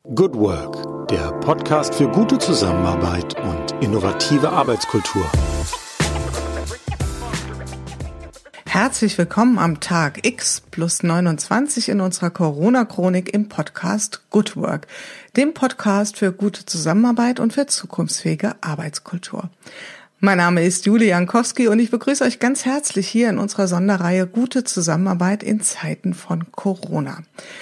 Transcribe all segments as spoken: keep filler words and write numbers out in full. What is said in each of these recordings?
Good Work, der Podcast für gute Zusammenarbeit und innovative Arbeitskultur. Herzlich willkommen am Tag X plus neunundzwanzig in unserer Corona-Chronik im Podcast Good Work, dem Podcast für gute Zusammenarbeit und für zukunftsfähige Arbeitskultur. Mein Name ist Julie Jankowski und ich begrüße euch ganz herzlich hier in unserer Sonderreihe Gute Zusammenarbeit in Zeiten von Corona.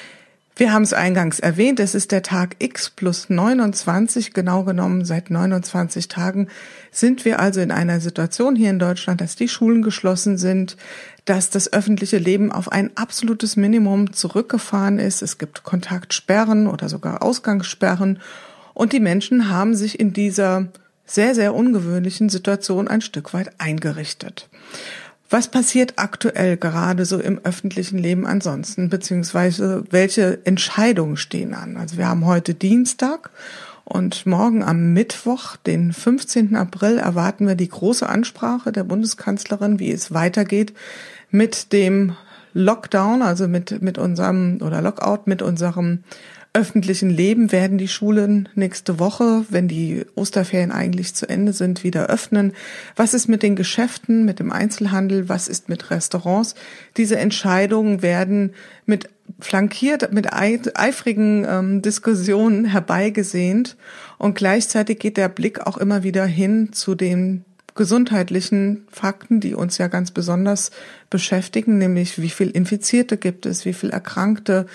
Wir haben es eingangs erwähnt, es ist der Tag X plus neunundzwanzig, genau genommen seit neunundzwanzig Tagen sind wir also in einer Situation hier in Deutschland, dass die Schulen geschlossen sind, dass das öffentliche Leben auf ein absolutes Minimum zurückgefahren ist. Es gibt Kontaktsperren oder sogar Ausgangssperren und die Menschen haben sich in dieser sehr, sehr ungewöhnlichen Situation ein Stück weit eingerichtet. Was passiert aktuell gerade so im öffentlichen Leben ansonsten, beziehungsweise welche Entscheidungen stehen an? Also wir haben heute Dienstag und morgen am Mittwoch, den fünfzehnten April, erwarten wir die große Ansprache der Bundeskanzlerin, wie es weitergeht mit dem Lockdown, also mit, mit unserem, oder Lockout, mit unserem öffentlichen Leben. Werden die Schulen nächste Woche, wenn die Osterferien eigentlich zu Ende sind, wieder öffnen? Was ist mit den Geschäften, mit dem Einzelhandel? Was ist mit Restaurants? Diese Entscheidungen werden mit flankiert, mit eifrigen ähm, Diskussionen herbeigesehnt. Und gleichzeitig geht der Blick auch immer wieder hin zu den gesundheitlichen Fakten, die uns ja ganz besonders beschäftigen, nämlich wie viel Infizierte gibt es, wie viel Erkrankte,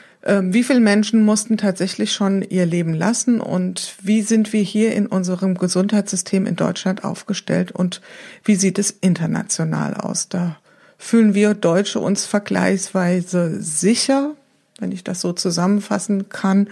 wie viele Menschen mussten tatsächlich schon ihr Leben lassen und wie sind wir hier in unserem Gesundheitssystem in Deutschland aufgestellt und wie sieht es international aus? Da fühlen wir Deutsche uns vergleichsweise sicher, wenn ich das so zusammenfassen kann.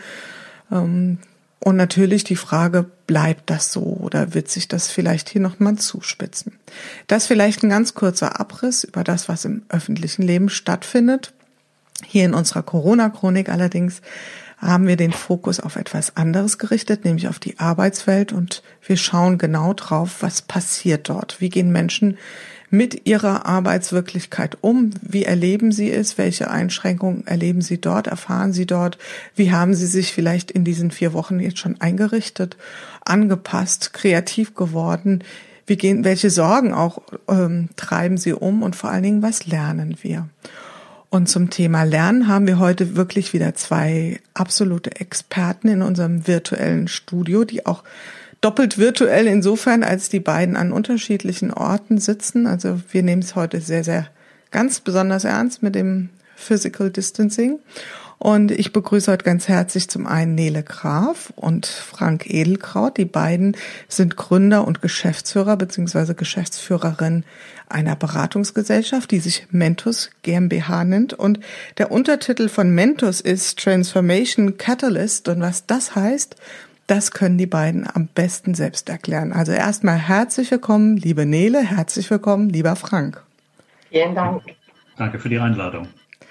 Und natürlich die Frage, bleibt das so oder wird sich das vielleicht hier nochmal zuspitzen? Das vielleicht ein ganz kurzer Abriss über das, was im öffentlichen Leben stattfindet. Hier in unserer Corona-Chronik allerdings haben wir den Fokus auf etwas anderes gerichtet, nämlich auf die Arbeitswelt, und wir schauen genau drauf, was passiert dort. Wie gehen Menschen mit ihrer Arbeitswirklichkeit um? Wie erleben sie es? Welche Einschränkungen erleben sie dort? Erfahren sie dort? Wie haben sie sich vielleicht in diesen vier Wochen jetzt schon eingerichtet, angepasst, kreativ geworden? Wie gehen, welche Sorgen auch ähm, treiben sie um? Und vor allen Dingen, was lernen wir? Und zum Thema Lernen haben wir heute wirklich wieder zwei absolute Experten in unserem virtuellen Studio, die auch doppelt virtuell insofern, als die beiden an unterschiedlichen Orten sitzen. Also wir nehmen es heute sehr, sehr ganz besonders ernst mit dem Physical Distancing. Und ich begrüße heute ganz herzlich zum einen Nele Graf und Frank Edelkraut. Die beiden sind Gründer und Geschäftsführer bzw. Geschäftsführerin einer Beratungsgesellschaft, die sich Mentos GmbH nennt. Und der Untertitel von Mentos ist Transformation Catalyst. Und was das heißt, das können die beiden am besten selbst erklären. Also erstmal herzlich willkommen, liebe Nele, herzlich willkommen, lieber Frank. Vielen Dank. Danke für die Einladung.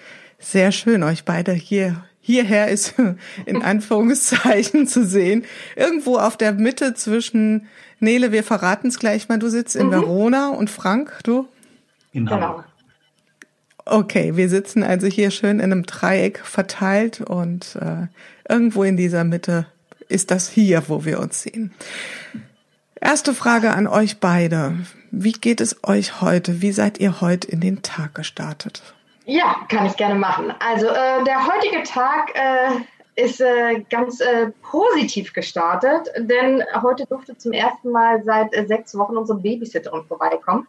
Sehr schön, euch beide hier hierher ist in Anführungszeichen zu sehen. Irgendwo auf der Mitte zwischen Nele, wir verraten es gleich mal, du sitzt in mhm. Verona, und Frank, du? In Hamburg. Okay, wir sitzen also hier schön in einem Dreieck verteilt und äh, irgendwo in dieser Mitte ist das hier, wo wir uns sehen. Erste Frage an euch beide. Wie geht es euch heute? Wie seid ihr heute in den Tag gestartet? Ja, kann ich gerne machen. Also äh, der heutige Tag äh, ist äh, ganz äh, positiv gestartet, denn heute durfte zum ersten Mal seit äh, sechs Wochen unsere Babysitterin vorbeikommen.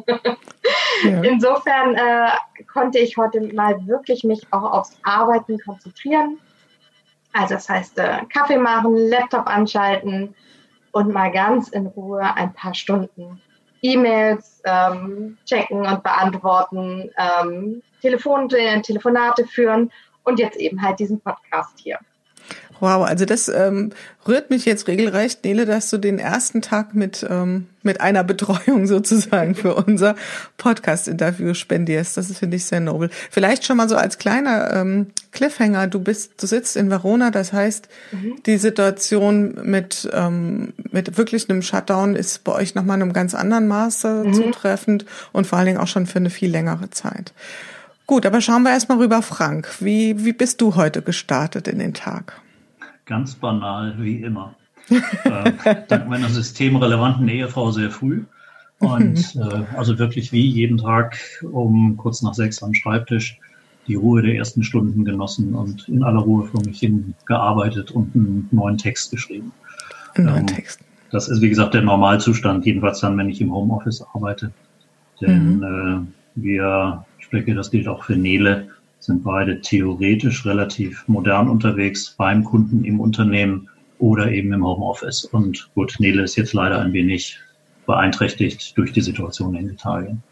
Ja. Insofern äh, konnte ich heute mal wirklich mich auch aufs Arbeiten konzentrieren. Also das heißt, äh, Kaffee machen, Laptop anschalten und mal ganz in Ruhe ein paar Stunden E-Mails ähm, checken und beantworten, ähm, Telefon, Telefonate führen und jetzt eben halt diesen Podcast hier. Wow, also das ähm, rührt mich jetzt regelrecht, Nele, dass du den ersten Tag mit ähm, mit einer Betreuung sozusagen für unser Podcast-Interview spendierst. Das finde ich sehr nobel. Vielleicht schon mal so als kleiner ähm, Cliffhanger, du bist, du sitzt in Verona, das heißt, mhm. die Situation mit ähm, mit wirklich einem Shutdown ist bei euch nochmal in einem ganz anderen Maße mhm. zutreffend und vor allen Dingen auch schon für eine viel längere Zeit. Gut, aber schauen wir erstmal rüber, Frank. Wie wie bist du heute gestartet in den Tag? Ganz banal wie immer. äh, dank meiner systemrelevanten Ehefrau sehr früh. Und äh, also wirklich wie jeden Tag um kurz nach sechs am Schreibtisch die Ruhe der ersten Stunden genossen und in aller Ruhe vor mich hin gearbeitet und einen neuen Text geschrieben. Einen neuen ähm, Text. Das ist, wie gesagt, der Normalzustand, jedenfalls dann, wenn ich im Homeoffice arbeite. Denn mhm. äh, wir, ich denke, das gilt auch für Nele, sind beide theoretisch relativ modern unterwegs beim Kunden im Unternehmen oder eben im Homeoffice. Und gut, Nele ist jetzt leider ein wenig beeinträchtigt durch die Situation in Italien.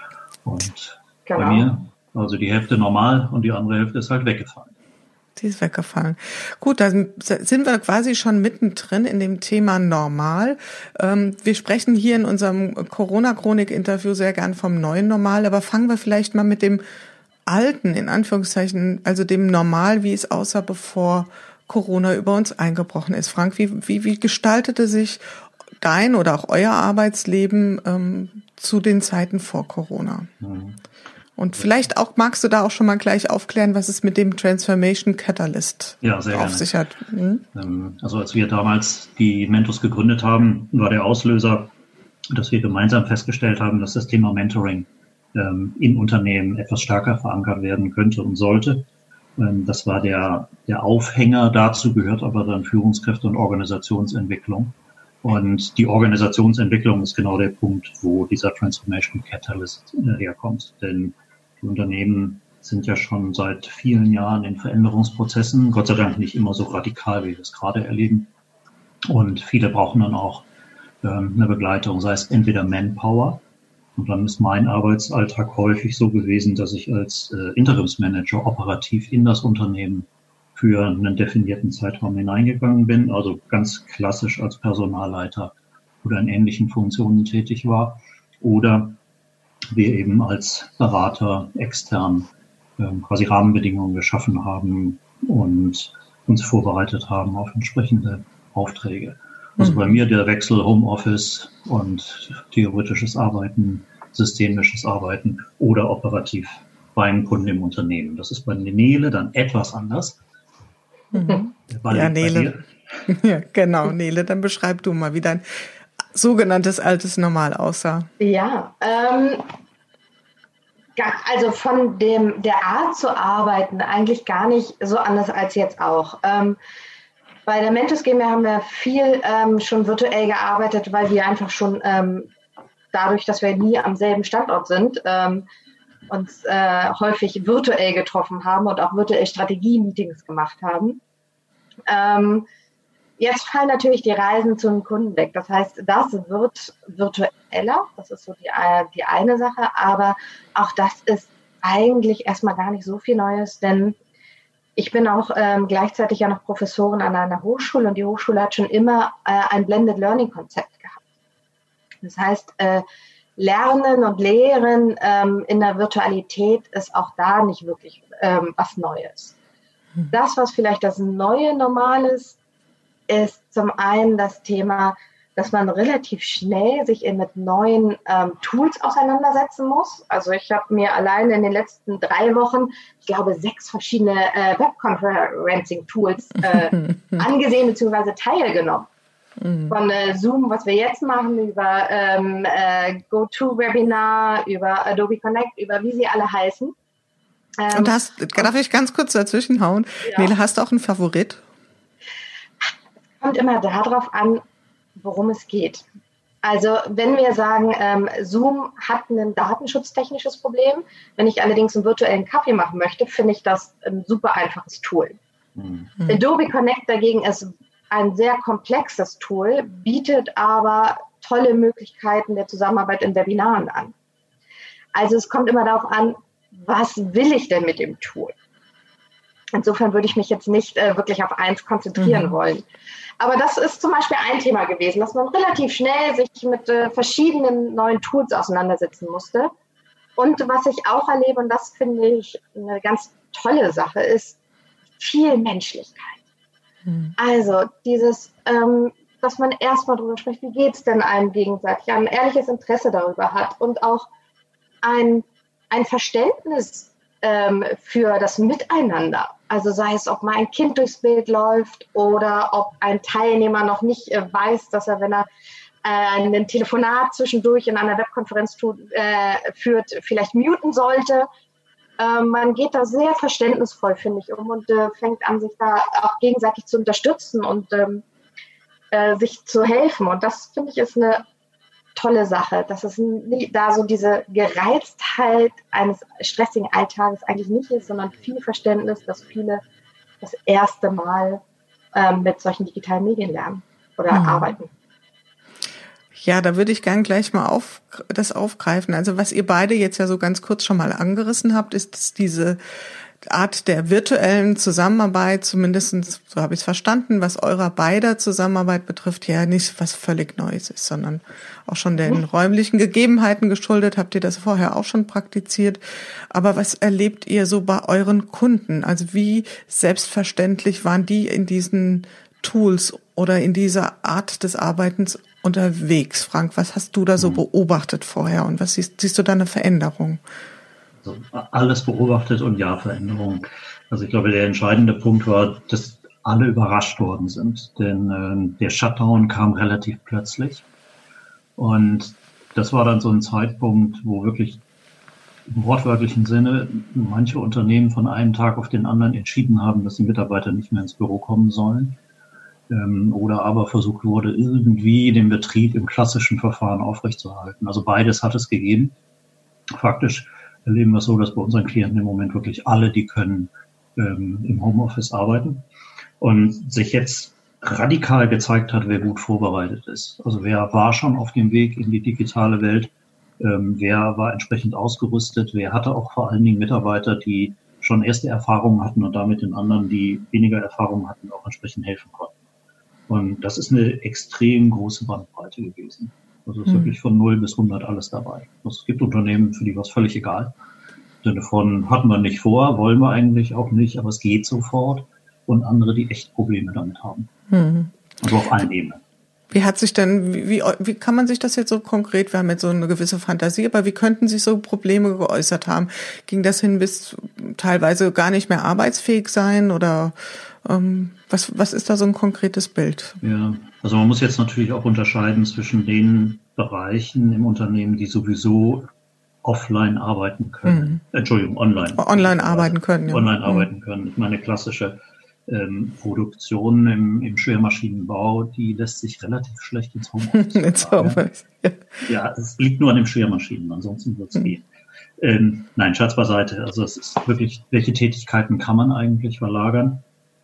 Und genau. Bei mir, also die Hälfte normal und die andere Hälfte ist halt weggefallen. Die ist weggefallen. Gut, dann sind wir quasi schon mittendrin in dem Thema normal. Ähm, wir sprechen hier in unserem Corona-Chronik-Interview sehr gern vom neuen Normal, aber fangen wir vielleicht mal mit dem alten, in Anführungszeichen, also dem Normal, wie es aussah, bevor Corona über uns eingebrochen ist. Frank, wie, wie, wie gestaltete sich dein oder auch euer Arbeitsleben ähm, zu den Zeiten vor Corona? Mhm. Und vielleicht auch, magst du da auch schon mal gleich aufklären, was es mit dem Transformation Catalyst ja, sehr auf sich hat? Mhm. Also als wir damals die Mentos gegründet haben, war der Auslöser, dass wir gemeinsam festgestellt haben, dass das Thema Mentoring ähm, in Unternehmen etwas stärker verankert werden könnte und sollte. Ähm, das war der, der Aufhänger. Dazu gehört aber dann Führungskräfte und Organisationsentwicklung. Und die Organisationsentwicklung ist genau der Punkt, wo dieser Transformation Catalyst äh, herkommt. Denn die Unternehmen sind ja schon seit vielen Jahren in Veränderungsprozessen, Gott sei Dank nicht immer so radikal, wie wir es gerade erleben. Und viele brauchen dann auch ähm, eine Begleitung, sei es entweder Manpower. Und dann ist mein Arbeitsalltag häufig so gewesen, dass ich als äh, Interimsmanager operativ in das Unternehmen für einen definierten Zeitraum hineingegangen bin, also ganz klassisch als Personalleiter oder in ähnlichen Funktionen tätig war. Oder wir eben als Berater extern ähm, quasi Rahmenbedingungen geschaffen haben und uns vorbereitet haben auf entsprechende Aufträge. Also mhm. bei mir der Wechsel Homeoffice und theoretisches Arbeiten, systemisches Arbeiten oder operativ beim Kunden im Unternehmen. Das ist bei Nele dann etwas anders. Mhm. Ja, Nele. Ja, genau, Nele, dann beschreib du mal, wie dein sogenanntes altes Normal aussah. Ja, ähm, also von dem der Art zu arbeiten eigentlich gar nicht so anders als jetzt auch. Ähm, bei der Mentos GmbH haben wir viel ähm, schon virtuell gearbeitet, weil wir einfach schon ähm, dadurch, dass wir nie am selben Standort sind, ähm, uns äh, häufig virtuell getroffen haben und auch virtuell Strategie-Meetings gemacht haben. Ähm, jetzt fallen natürlich die Reisen zu den Kunden weg. Das heißt, das wird virtueller. Das ist so die, die eine Sache. Aber auch das ist eigentlich erstmal gar nicht so viel Neues, denn ich bin auch ähm, gleichzeitig ja noch Professorin an einer Hochschule und die Hochschule hat schon immer äh, ein Blended Learning Konzept gehabt. Das heißt, äh, Lernen und Lehren ähm, in der Virtualität ist auch da nicht wirklich ähm, was Neues. Das, was vielleicht das neue Normal ist, ist zum einen das Thema, dass man relativ schnell sich mit neuen ähm, Tools auseinandersetzen muss. Also ich habe mir alleine in den letzten drei Wochen, ich glaube, sechs verschiedene äh, Webconferencing-Tools äh, angesehen bzw. teilgenommen. Mhm. Von äh, Zoom, was wir jetzt machen, über ähm, äh, GoToWebinar, über Adobe Connect, über wie sie alle heißen. Ähm, und hast, darf ich ganz kurz dazwischen hauen? Ja. Nele, hast du auch einen Favorit? Es kommt immer darauf an, worum es geht. Also wenn wir sagen, ähm, Zoom hat ein datenschutztechnisches Problem, wenn ich allerdings einen virtuellen Kaffee machen möchte, finde ich das ein super einfaches Tool. Mhm. Adobe Connect dagegen ist ein sehr komplexes Tool, bietet aber tolle Möglichkeiten der Zusammenarbeit in Webinaren an. Also es kommt immer darauf an, was will ich denn mit dem Tool? Insofern würde ich mich jetzt nicht äh, wirklich auf eins konzentrieren mhm. wollen. Aber das ist zum Beispiel ein Thema gewesen, dass man relativ schnell sich mit äh, verschiedenen neuen Tools auseinandersetzen musste. Und was ich auch erlebe, und das finde ich eine ganz tolle Sache, ist viel Menschlichkeit. Mhm. Also dieses, ähm, dass man erstmal darüber spricht, wie geht es denn einem gegenseitig, ein ehrliches Interesse darüber hat und auch ein ein Verständnis ähm, für das Miteinander. Also sei es, ob mal ein Kind durchs Bild läuft oder ob ein Teilnehmer noch nicht äh, weiß, dass er, wenn er äh, ein Telefonat zwischendurch in einer Webkonferenz tut, äh, führt, vielleicht muten sollte. Äh, man geht da sehr verständnisvoll, finde ich, um und äh, fängt an, sich da auch gegenseitig zu unterstützen und ähm, äh, sich zu helfen. Und das, finde ich, ist eine tolle Sache, dass es nie, da so diese Gereiztheit eines stressigen Alltages eigentlich nicht ist, sondern viel Verständnis, dass viele das erste Mal ähm, mit solchen digitalen Medien lernen oder hm. arbeiten. Ja, da würde ich gern gleich mal auf, das aufgreifen. Also was ihr beide jetzt ja so ganz kurz schon mal angerissen habt, ist diese Art der virtuellen Zusammenarbeit, zumindestens so habe ich es verstanden, was eurer beider Zusammenarbeit betrifft, ja nicht was völlig Neues ist, sondern auch schon den mhm. räumlichen Gegebenheiten geschuldet. Habt ihr das vorher auch schon praktiziert? Aber was erlebt ihr so bei euren Kunden? Also wie selbstverständlich waren die in diesen Tools oder in dieser Art des Arbeitens unterwegs? Frank, was hast du da so mhm. beobachtet vorher und was siehst, siehst du da eine Veränderung? Also alles beobachtet und ja, Veränderung. Also ich glaube, der entscheidende Punkt war, dass alle überrascht worden sind, denn äh, der Shutdown kam relativ plötzlich und das war dann so ein Zeitpunkt, wo wirklich im wortwörtlichen Sinne manche Unternehmen von einem Tag auf den anderen entschieden haben, dass die Mitarbeiter nicht mehr ins Büro kommen sollen ähm, oder aber versucht wurde, irgendwie den Betrieb im klassischen Verfahren aufrechtzuerhalten. Also beides hat es gegeben. Faktisch erleben wir es so, dass bei unseren Klienten im Moment wirklich alle, die können, ähm, im Homeoffice arbeiten und sich jetzt radikal gezeigt hat, wer gut vorbereitet ist. Also wer war schon auf dem Weg in die digitale Welt, ähm, wer war entsprechend ausgerüstet, wer hatte auch vor allen Dingen Mitarbeiter, die schon erste Erfahrungen hatten und damit den anderen, die weniger Erfahrungen hatten, auch entsprechend helfen konnten. Und das ist eine extrem große Bandbreite gewesen. Also es ist mhm. wirklich von null bis hundert alles dabei. Es gibt Unternehmen, für die war es völlig egal. Im Sinne von, hatten wir nicht vor, wollen wir eigentlich auch nicht, aber es geht sofort. Und andere, die echt Probleme damit haben. Mhm. Also auf allen Ebenen. Wie hat sich denn, wie, wie kann man sich das jetzt so konkret, wir haben jetzt so eine gewisse Fantasie, aber wie könnten sich so Probleme geäußert haben? Ging das hin bis teilweise gar nicht mehr arbeitsfähig sein oder ähm, was, was ist da so ein konkretes Bild? Ja, also man muss jetzt natürlich auch unterscheiden zwischen den Bereichen im Unternehmen, die sowieso offline arbeiten können. Mhm. Entschuldigung, online. Online arbeiten können, ja. Online arbeiten können. Ich meine, klassische ähm, Produktion im, im Schwermaschinenbau, die lässt sich relativ schlecht ins Homeoffice ins Homeoffice, ja. Ja, es liegt nur an den Schwermaschinen, ansonsten wird es mhm. gehen. Ähm, nein, Scherz beiseite. Also es ist wirklich, welche Tätigkeiten kann man eigentlich verlagern?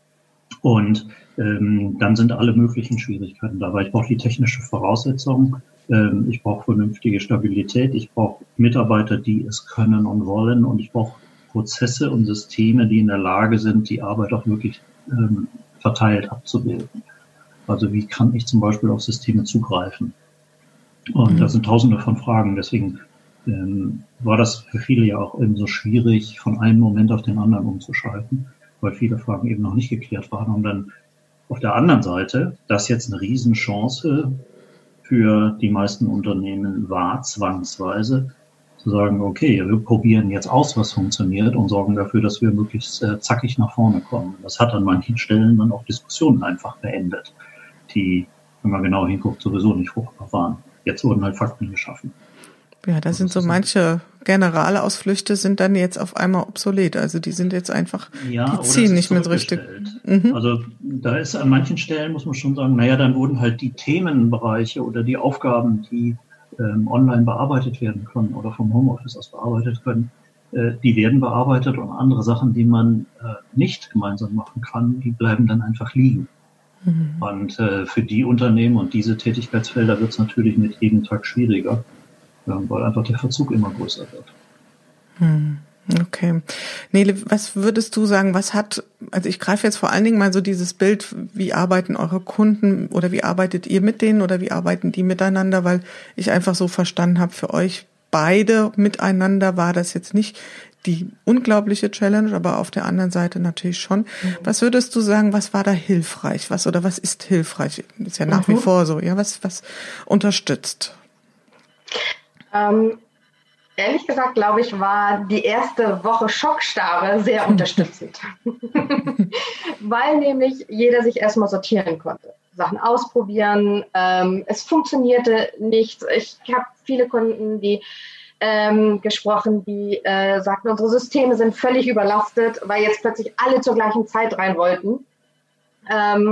Und ähm, dann sind alle möglichen Schwierigkeiten dabei. Ich brauche die technische Voraussetzung, ähm, ich brauche vernünftige Stabilität, ich brauche Mitarbeiter, die es können und wollen und ich brauche Prozesse und Systeme, die in der Lage sind, die Arbeit auch wirklich ähm, verteilt abzubilden. Also wie kann ich zum Beispiel auf Systeme zugreifen? Und mhm. da sind tausende von Fragen. Deswegen ähm, war das für viele ja auch eben so schwierig, von einem Moment auf den anderen umzuschalten, weil viele Fragen eben noch nicht geklärt waren. Und dann auf der anderen Seite, das jetzt eine Riesenchance für die meisten Unternehmen war, zwangsweise, zu sagen, okay, wir probieren jetzt aus, was funktioniert und sorgen dafür, dass wir möglichst äh, zackig nach vorne kommen. Das hat an manchen Stellen dann auch Diskussionen einfach beendet, die, wenn man genau hinguckt, sowieso nicht fruchtbar waren. Jetzt wurden halt Fakten geschaffen. Ja, da sind so manche Generalausflüchte sind dann jetzt auf einmal obsolet. Also die sind jetzt einfach, ja, die ziehen nicht mehr so richtig. Mhm. Also da ist an manchen Stellen, muss man schon sagen, naja, dann wurden halt die Themenbereiche oder die Aufgaben, die ähm, online bearbeitet werden können oder vom Homeoffice aus bearbeitet können, äh, die werden bearbeitet und andere Sachen, die man äh, nicht gemeinsam machen kann, die bleiben dann einfach liegen. Mhm. Und äh, für die Unternehmen und diese Tätigkeitsfelder wird es natürlich mit jedem Tag schwieriger, weil einfach der Verzug immer größer wird. Hm, okay. Nele, was würdest du sagen, was hat, also ich greife jetzt vor allen Dingen mal so dieses Bild, wie arbeiten eure Kunden oder wie arbeitet ihr mit denen oder wie arbeiten die miteinander, weil ich einfach so verstanden habe, für euch beide miteinander war das jetzt nicht die unglaubliche Challenge, aber auf der anderen Seite natürlich schon. Mhm. Was würdest du sagen, was war da hilfreich? Was oder was ist hilfreich? Ist ja nach mhm. wie vor so, ja, was, was unterstützt? Ähm, Ehrlich gesagt, glaube ich, war die erste Woche Schockstarre sehr unterstützend. Weil nämlich jeder sich erstmal sortieren konnte. Sachen ausprobieren. Ähm, es funktionierte nicht. Ich habe viele Kunden, die ähm, gesprochen, die äh, sagten, unsere Systeme sind völlig überlastet, weil jetzt plötzlich alle zur gleichen Zeit rein wollten. Ähm,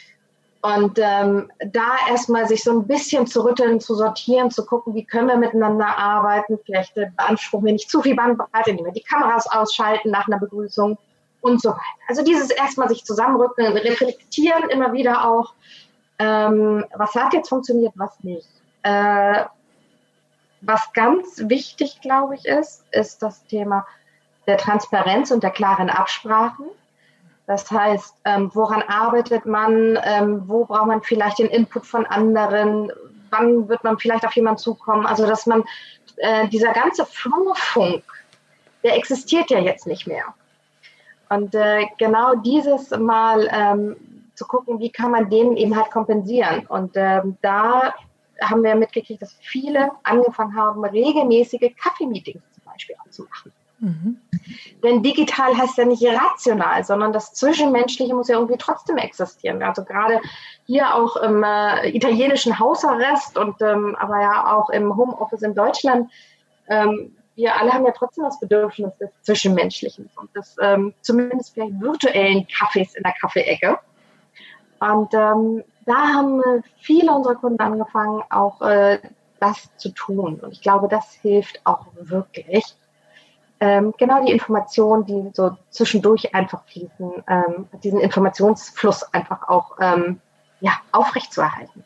Und ähm, da erstmal sich so ein bisschen zu rütteln, zu sortieren, zu gucken, wie können wir miteinander arbeiten. Vielleicht äh, beanspruchen wir nicht zu viel Bandbreite, indem wir die Kameras ausschalten nach einer Begrüßung und so weiter. Also dieses erstmal sich zusammenrücken, reflektieren immer wieder auch, ähm, was hat jetzt funktioniert, was nicht. Äh, was ganz wichtig, glaube ich, ist, ist das Thema der Transparenz und der klaren Absprachen. Das heißt, ähm, woran arbeitet man, ähm, wo braucht man vielleicht den Input von anderen, wann wird man vielleicht auf jemanden zukommen. Also dass man, äh, dieser ganze Flurfunk, der existiert ja jetzt nicht mehr. Und äh, genau dieses Mal ähm, zu gucken, wie kann man den eben halt kompensieren. Und ähm, da haben wir mitgekriegt, dass viele angefangen haben, regelmäßige Kaffeemeetings zum Beispiel anzumachen. Mhm. Denn digital heißt ja nicht rational, sondern das Zwischenmenschliche muss ja irgendwie trotzdem existieren. Also gerade hier auch im äh, italienischen Hausarrest und ähm, aber ja auch im Homeoffice in Deutschland, ähm, wir alle haben ja trotzdem das Bedürfnis des Zwischenmenschlichen und des ähm, zumindest vielleicht virtuellen Kaffees in der Kaffeeecke. Und ähm, da haben viele unserer Kunden angefangen, auch äh, das zu tun. Und ich glaube, das hilft auch wirklich. Ähm, genau die Informationen, die so zwischendurch einfach fließen, ähm, diesen Informationsfluss einfach auch ähm, ja, aufrechtzuerhalten.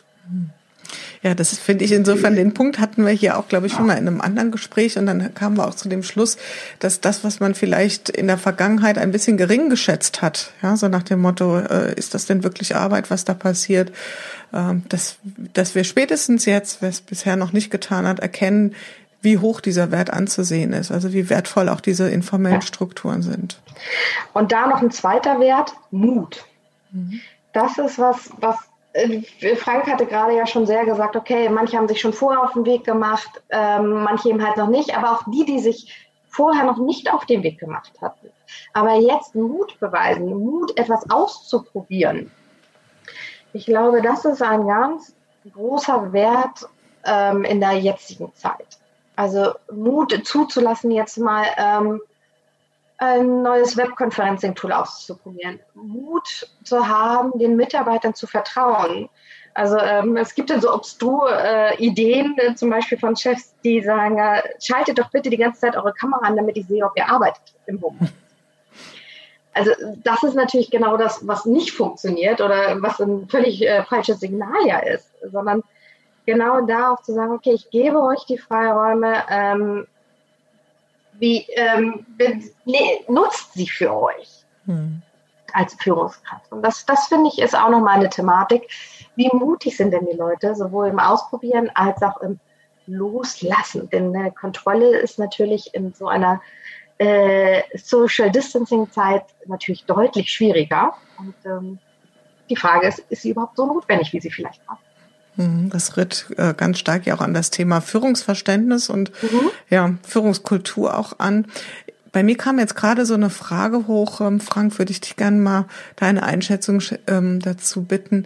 Ja, das finde ich insofern, den Punkt hatten wir hier auch, glaube ich, schon mal in einem anderen Gespräch und dann kamen wir auch zu dem Schluss, dass das, was man vielleicht in der Vergangenheit ein bisschen gering geschätzt hat, ja, so nach dem Motto, äh, ist das denn wirklich Arbeit, was da passiert, äh, dass, dass wir spätestens jetzt, wer es bisher noch nicht getan hat, erkennen, wie hoch dieser Wert anzusehen ist, also wie wertvoll auch diese informellen Strukturen sind. Und da noch ein zweiter Wert, Mut. Mhm. Das ist was, was Frank hatte gerade ja schon sehr gesagt, okay, manche haben sich schon vorher auf den Weg gemacht, ähm, manche eben halt noch nicht, aber auch die, die sich vorher noch nicht auf den Weg gemacht hatten, aber jetzt Mut beweisen, Mut, etwas auszuprobieren. Ich glaube, das ist ein ganz großer Wert ähm, in der jetzigen Zeit. Also Mut zuzulassen, jetzt mal ähm, ein neues Webconferencing-Tool auszuprobieren. Mut zu haben, den Mitarbeitern zu vertrauen. Also ähm, es gibt dann so obsture äh, Ideen, äh, zum Beispiel von Chefs, die sagen, äh, schaltet doch bitte die ganze Zeit eure Kamera an, damit ich sehe, ob ihr arbeitet im Homeoffice. Also das ist natürlich genau das, was nicht funktioniert oder was ein völlig äh, falsches Signal ja ist, sondern genau darauf zu sagen, okay, ich gebe euch die Freiräume, ähm, wie ähm, nee, nutzt sie für euch hm. als Führungskraft. Und das, das finde ich, ist auch nochmal eine Thematik. Wie mutig sind denn die Leute, sowohl im Ausprobieren als auch im Loslassen? Denn eine Kontrolle ist natürlich in so einer äh, Social Distancing Zeit natürlich deutlich schwieriger. Und ähm, die Frage ist, ist sie überhaupt so notwendig, wie sie vielleicht war? Das ritt äh, ganz stark ja auch an das Thema Führungsverständnis und mhm. ja Führungskultur auch an. Bei mir kam jetzt gerade so eine Frage hoch, ähm, Frank, würde ich dich gerne mal deine Einschätzung ähm, dazu bitten.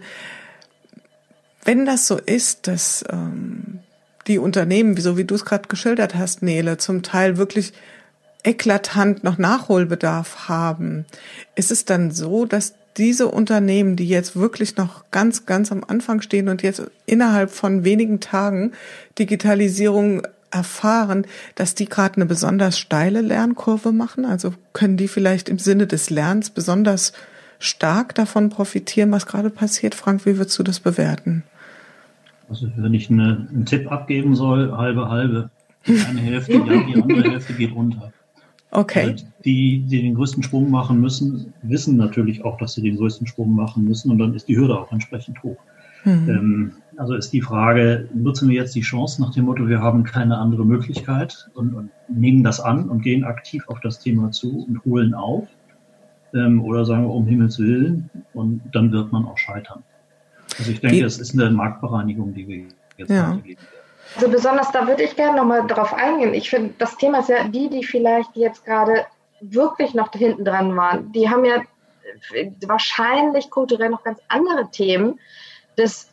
Wenn das so ist, dass ähm, die Unternehmen, so wie du es gerade geschildert hast, Nele, zum Teil wirklich eklatant noch Nachholbedarf haben, ist es dann so, dass diese Unternehmen, die jetzt wirklich noch ganz, ganz am Anfang stehen und jetzt innerhalb von wenigen Tagen Digitalisierung erfahren, dass die gerade eine besonders steile Lernkurve machen? Also können die vielleicht im Sinne des Lernens besonders stark davon profitieren, was gerade passiert? Frank, wie würdest du das bewerten? Also wenn ich eine, einen Tipp abgeben soll, halbe, halbe. Die eine Hälfte ja, die andere Hälfte geht runter. Okay. Die, die den größten Sprung machen müssen, wissen natürlich auch, dass sie den größten Sprung machen müssen und dann ist die Hürde auch entsprechend hoch. Mhm. Ähm, also ist die Frage, nutzen wir jetzt die Chance nach dem Motto, wir haben keine andere Möglichkeit und, und nehmen das an und gehen aktiv auf das Thema zu und holen auf ähm, oder sagen wir um Himmels Willen und dann wird man auch scheitern. Also ich denke, es ist eine Marktbereinigung, die wir jetzt ja. weitergeben werden. Also besonders, da würde ich gerne nochmal drauf eingehen. Ich finde, das Thema ist ja die, die vielleicht jetzt gerade wirklich noch hinten dran waren. Die haben ja wahrscheinlich kulturell noch ganz andere Themen des,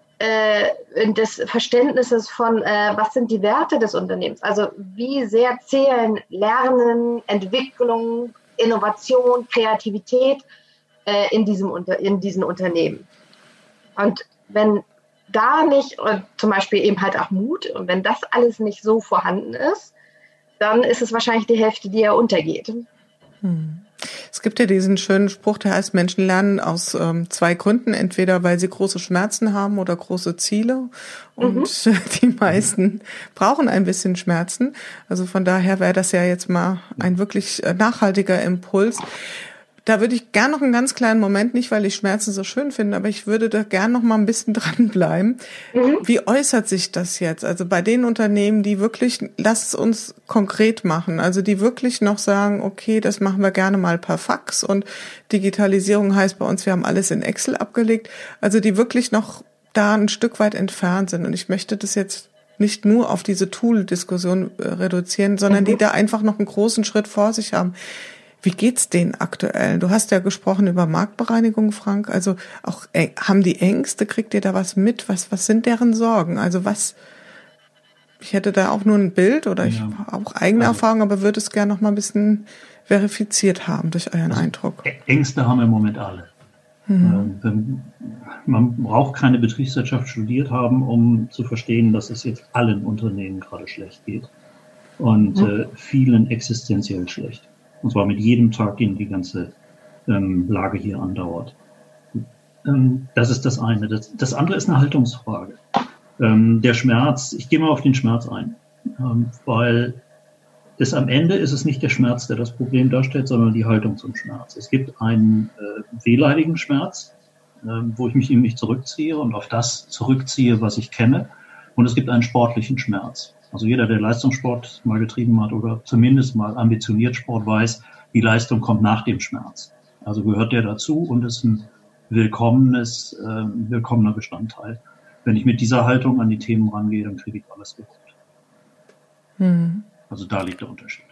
äh, des Verständnisses von, äh, was sind die Werte des Unternehmens. Also wie sehr zählen Lernen, Entwicklung, Innovation, Kreativität äh, in, diesem, in diesen Unternehmen. Und wenn da nicht, und zum Beispiel eben halt auch Mut, und wenn das alles nicht so vorhanden ist, dann ist es wahrscheinlich die Hälfte, die ja untergeht. Hm. Es gibt ja diesen schönen Spruch, der heißt, Menschen lernen aus ähm, zwei Gründen, entweder weil sie große Schmerzen haben oder große Ziele, und mhm. die meisten brauchen ein bisschen Schmerzen. Also von daher wäre das ja jetzt mal ein wirklich nachhaltiger Impuls. Da würde ich gern noch einen ganz kleinen Moment, nicht weil ich Schmerzen so schön finde, aber ich würde da gern noch mal ein bisschen dranbleiben. Mhm. Wie äußert sich das jetzt? Also bei den Unternehmen, die wirklich, lasst es uns konkret machen, also die wirklich noch sagen, okay, das machen wir gerne mal per Fax, und Digitalisierung heißt bei uns, wir haben alles in Excel abgelegt, also die wirklich noch da ein Stück weit entfernt sind. Und ich möchte das jetzt nicht nur auf diese Tool-Diskussion reduzieren, sondern mhm. die da einfach noch einen großen Schritt vor sich haben. Wie geht's denen aktuell? Du hast ja gesprochen über Marktbereinigung, Frank. Also auch haben die Ängste? Kriegt ihr da was mit? Was was sind deren Sorgen? Also was? Ich hätte da auch nur ein Bild oder ich ja. habe auch eigene also, Erfahrungen, aber würde es gerne noch mal ein bisschen verifiziert haben durch euren also Eindruck. Ängste haben wir im Moment alle. Mhm. Ähm, man braucht keine Betriebswirtschaft studiert haben, um zu verstehen, dass es jetzt allen Unternehmen gerade schlecht geht und mhm. äh, vielen existenziell schlecht. Und zwar mit jedem Tag, den die ganze ähm, Lage hier andauert. Ähm, das ist das eine. Das, das andere ist eine Haltungsfrage. Ähm, der Schmerz, ich gehe mal auf den Schmerz ein, ähm, weil es am Ende ist es nicht der Schmerz, der das Problem darstellt, sondern die Haltung zum Schmerz. Es gibt einen äh, wehleidigen Schmerz, äh, wo ich mich in mich zurückziehe und auf das zurückziehe, was ich kenne. Und es gibt einen sportlichen Schmerz. Also jeder, der Leistungssport mal getrieben hat oder zumindest mal ambitioniert Sport, weiß, die Leistung kommt nach dem Schmerz. Also gehört der dazu und ist ein willkommenes, äh, willkommener Bestandteil. Wenn ich mit dieser Haltung an die Themen rangehe, dann kriege ich alles gewuppt. Hm. Also da liegt der Unterschied.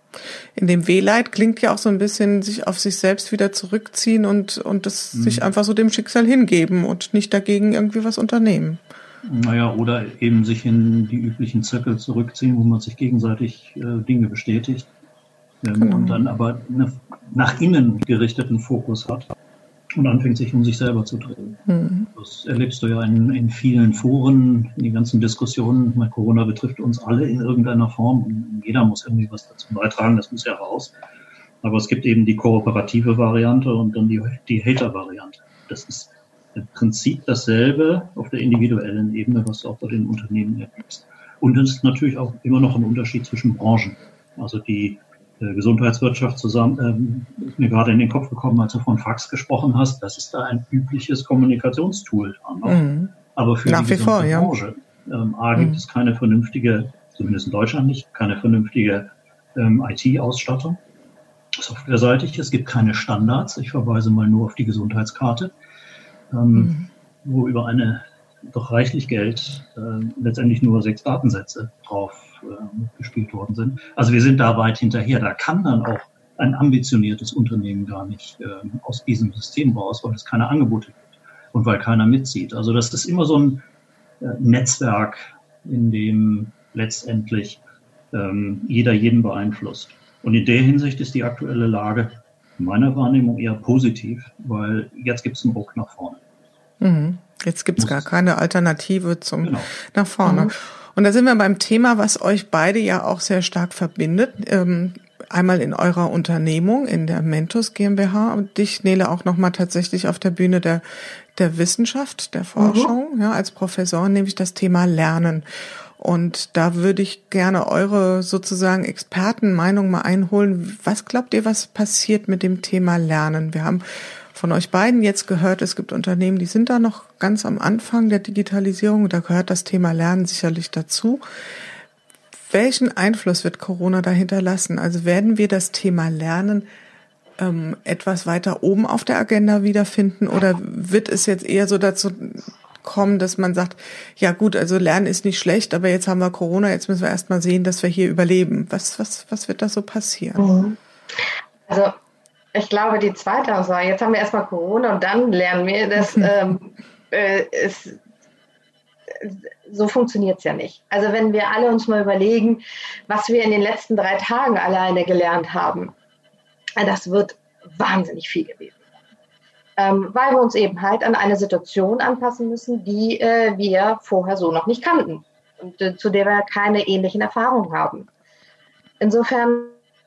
In dem Wehleid klingt ja auch so ein bisschen sich auf sich selbst wieder zurückziehen und, und das hm. sich einfach so dem Schicksal hingeben und nicht dagegen irgendwie was unternehmen. Naja, oder eben sich in die üblichen Zirkel zurückziehen, wo man sich gegenseitig äh, Dinge bestätigt ähm, genau. und dann aber eine nach innen gerichteten Fokus hat und anfängt, sich um sich selber zu drehen. Mhm. Das erlebst du ja in, in vielen Foren, in den ganzen Diskussionen. Meine, Corona betrifft uns alle in irgendeiner Form und jeder muss irgendwie was dazu beitragen, das muss ja raus. Aber es gibt eben die kooperative Variante und dann die, die Hater-Variante. Das ist im Prinzip dasselbe auf der individuellen Ebene, was du auch bei den Unternehmen erlebst. Und es ist natürlich auch immer noch ein Unterschied zwischen Branchen. Also die äh, Gesundheitswirtschaft zusammen, ähm, ist mir gerade in den Kopf gekommen, als du von Fax gesprochen hast, das ist da ein übliches Kommunikationstool. Mhm. Aber für Nach die wie vor, ja. Branche ähm, A, gibt mhm. es keine vernünftige, zumindest in Deutschland nicht, keine vernünftige ähm, I T-Ausstattung, softwareseitig. Es gibt keine Standards. Ich verweise mal nur auf die Gesundheitskarte. Ähm, mhm. wo über eine doch reichlich Geld äh, letztendlich nur sechs Datensätze drauf äh, gespielt worden sind. Also wir sind da weit hinterher. Da kann dann auch ein ambitioniertes Unternehmen gar nicht äh, aus diesem System raus, weil es keine Angebote gibt und weil keiner mitzieht. Also das ist immer so ein äh, Netzwerk, in dem letztendlich ähm, jeder jeden beeinflusst. Und in der Hinsicht ist die aktuelle Lage in meiner Wahrnehmung eher positiv, weil jetzt gibt es einen Ruck nach vorne. Mhm. Jetzt gibt es gar keine Alternative zum genau. nach vorne. Mhm. Und da sind wir beim Thema, was euch beide ja auch sehr stark verbindet. Ähm, einmal in eurer Unternehmung, in der Mentos GmbH und dich, Nele, auch nochmal tatsächlich auf der Bühne der der Wissenschaft, der Forschung, mhm. ja, als Professorin, nämlich das Thema Lernen. Und da würde ich gerne eure sozusagen Expertenmeinung mal einholen. Was glaubt ihr, was passiert mit dem Thema Lernen? Wir haben von euch beiden jetzt gehört, es gibt Unternehmen, die sind da noch ganz am Anfang der Digitalisierung. Da gehört das Thema Lernen sicherlich dazu. Welchen Einfluss wird Corona da hinterlassen? Also werden wir das Thema Lernen ähm, etwas weiter oben auf der Agenda wiederfinden oder wird es jetzt eher so dazu kommen, dass man sagt, ja gut, also Lernen ist nicht schlecht, aber jetzt haben wir Corona, jetzt müssen wir erst mal sehen, dass wir hier überleben. Was, was, was wird da so passieren? Also ich glaube, die zweite Aussage, jetzt haben wir erstmal Corona und dann lernen wir, das ähm, äh, ist, so funktioniert es ja nicht. Also wenn wir alle uns mal überlegen, was wir in den letzten drei Tagen alleine gelernt haben, das wird wahnsinnig viel gewesen. Ähm, weil wir uns eben halt an eine Situation anpassen müssen, die äh, wir vorher so noch nicht kannten und äh, zu der wir keine ähnlichen Erfahrungen haben. Insofern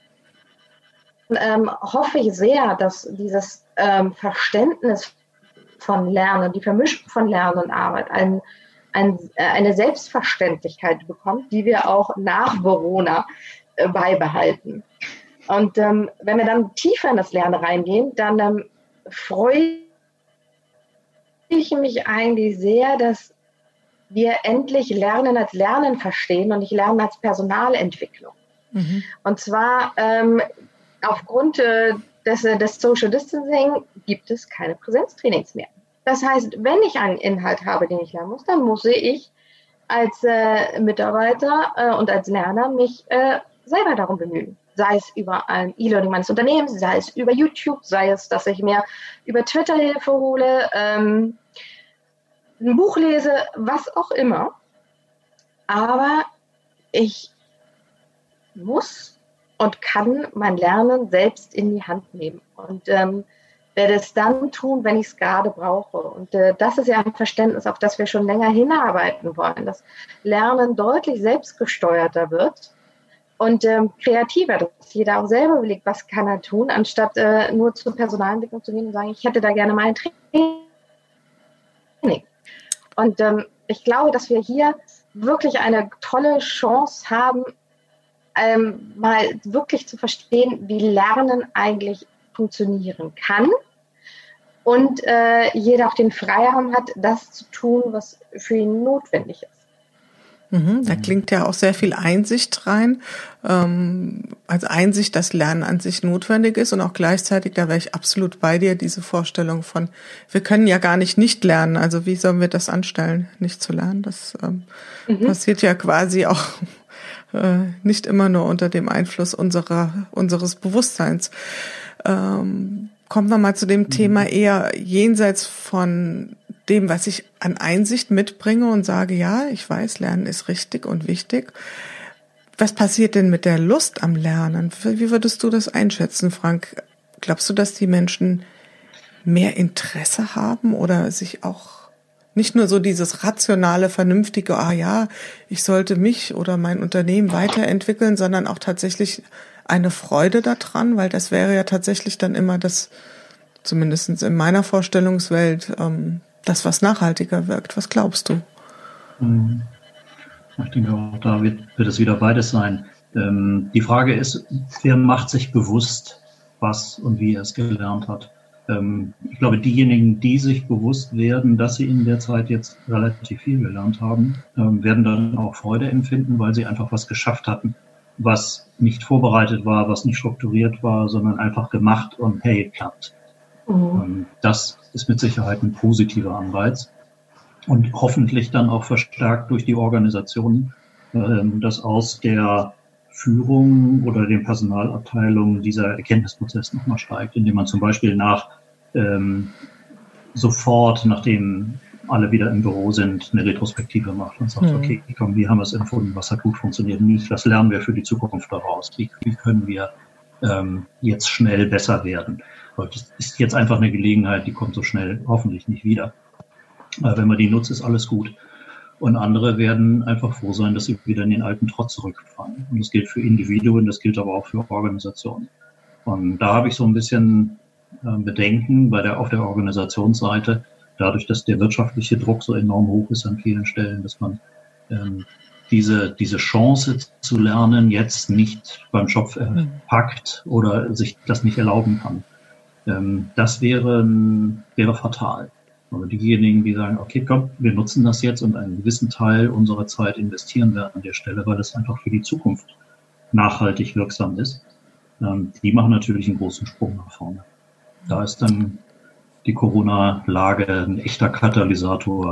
ähm, hoffe ich sehr, dass dieses ähm, Verständnis von Lernen, die Vermischung von Lernen und Arbeit ein, ein, äh, eine Selbstverständlichkeit bekommt, die wir auch nach Corona äh, beibehalten. Und ähm, wenn wir dann tiefer in das Lernen reingehen, dann ähm, freue ich mich eigentlich sehr, dass wir endlich Lernen als Lernen verstehen und nicht Lernen als Personalentwicklung. Mhm. Und zwar ähm, aufgrund äh, des, des Social Distancing gibt es keine Präsenztrainings mehr. Das heißt, wenn ich einen Inhalt habe, den ich lernen muss, dann muss ich als äh, Mitarbeiter äh, und als Lerner mich äh, selber darum bemühen. Sei es über ein E-Learning meines Unternehmens, sei es über YouTube, sei es, dass ich mir über Twitter Hilfe hole, ähm, ein Buch lese, was auch immer. Aber ich muss und kann mein Lernen selbst in die Hand nehmen und ähm, werde es dann tun, wenn ich es gerade brauche. Und äh, das ist ja ein Verständnis, auf das wir schon länger hinarbeiten wollen, dass Lernen deutlich selbstgesteuerter wird und ähm, kreativer, dass jeder auch selber überlegt, was kann er tun, anstatt äh, nur zur Personalentwicklung zu gehen und sagen, ich hätte da gerne mal ein Training. Und ähm, ich glaube, dass wir hier wirklich eine tolle Chance haben, ähm, mal wirklich zu verstehen, wie Lernen eigentlich funktionieren kann und äh, jeder auch den Freiraum hat, das zu tun, was für ihn notwendig ist. Mhm, da klingt ja auch sehr viel Einsicht rein, ähm, als Einsicht, dass Lernen an sich notwendig ist und auch gleichzeitig, da wäre ich absolut bei dir, diese Vorstellung von, wir können ja gar nicht nicht lernen, also wie sollen wir das anstellen, nicht zu lernen, das ähm, mhm. passiert ja quasi auch äh, nicht immer nur unter dem Einfluss unserer unseres Bewusstseins. Ähm, kommen wir mal zu dem mhm. Thema eher jenseits von dem, was ich an Einsicht mitbringe und sage, ja, ich weiß, Lernen ist richtig und wichtig. Was passiert denn mit der Lust am Lernen? Wie würdest du das einschätzen, Frank? Glaubst du, dass die Menschen mehr Interesse haben oder sich auch nicht nur so dieses rationale, vernünftige, ah ja, ich sollte mich oder mein Unternehmen weiterentwickeln, sondern auch tatsächlich eine Freude daran, weil das wäre ja tatsächlich dann immer das, zumindest in meiner Vorstellungswelt, ähm, das, was nachhaltiger wirkt. Was glaubst du? Ich denke auch, da wird, wird es wieder beides sein. Ähm, die Frage ist, wer macht sich bewusst, was und wie er es gelernt hat? Ähm, ich glaube, diejenigen, die sich bewusst werden, dass sie in der Zeit jetzt relativ viel gelernt haben, ähm, werden dann auch Freude empfinden, weil sie einfach was geschafft hatten, was nicht vorbereitet war, was nicht strukturiert war, sondern einfach gemacht und hey, klappt. Mhm. Das ist mit Sicherheit ein positiver Anreiz und hoffentlich dann auch verstärkt durch die Organisationen, dass aus der Führung oder den Personalabteilungen dieser Erkenntnisprozess nochmal steigt, indem man zum Beispiel nach ähm, sofort, nachdem alle wieder im Büro sind, eine Retrospektive macht und sagt, mhm. okay, komm, wie haben wir es empfunden, was hat gut funktioniert, nicht, was lernen wir für die Zukunft daraus, wie, wie können wir ähm, jetzt schnell besser werden. Das ist jetzt einfach eine Gelegenheit, die kommt so schnell hoffentlich nicht wieder. Aber wenn man die nutzt, ist alles gut. Und andere werden einfach froh sein, dass sie wieder in den alten Trott zurückfallen. Und das gilt für Individuen, das gilt aber auch für Organisationen. Und da habe ich so ein bisschen äh, Bedenken bei der, auf der Organisationsseite, dadurch, dass der wirtschaftliche Druck so enorm hoch ist an vielen Stellen, dass man ähm, diese, diese Chance zu lernen jetzt nicht beim Schopf äh, packt oder sich das nicht erlauben kann. Das wäre, wäre fatal. Aber diejenigen, die sagen, okay, komm, wir nutzen das jetzt und einen gewissen Teil unserer Zeit investieren wir an der Stelle, weil es einfach für die Zukunft nachhaltig wirksam ist, die machen natürlich einen großen Sprung nach vorne. Da ist dann die Corona-Lage ein echter Katalysator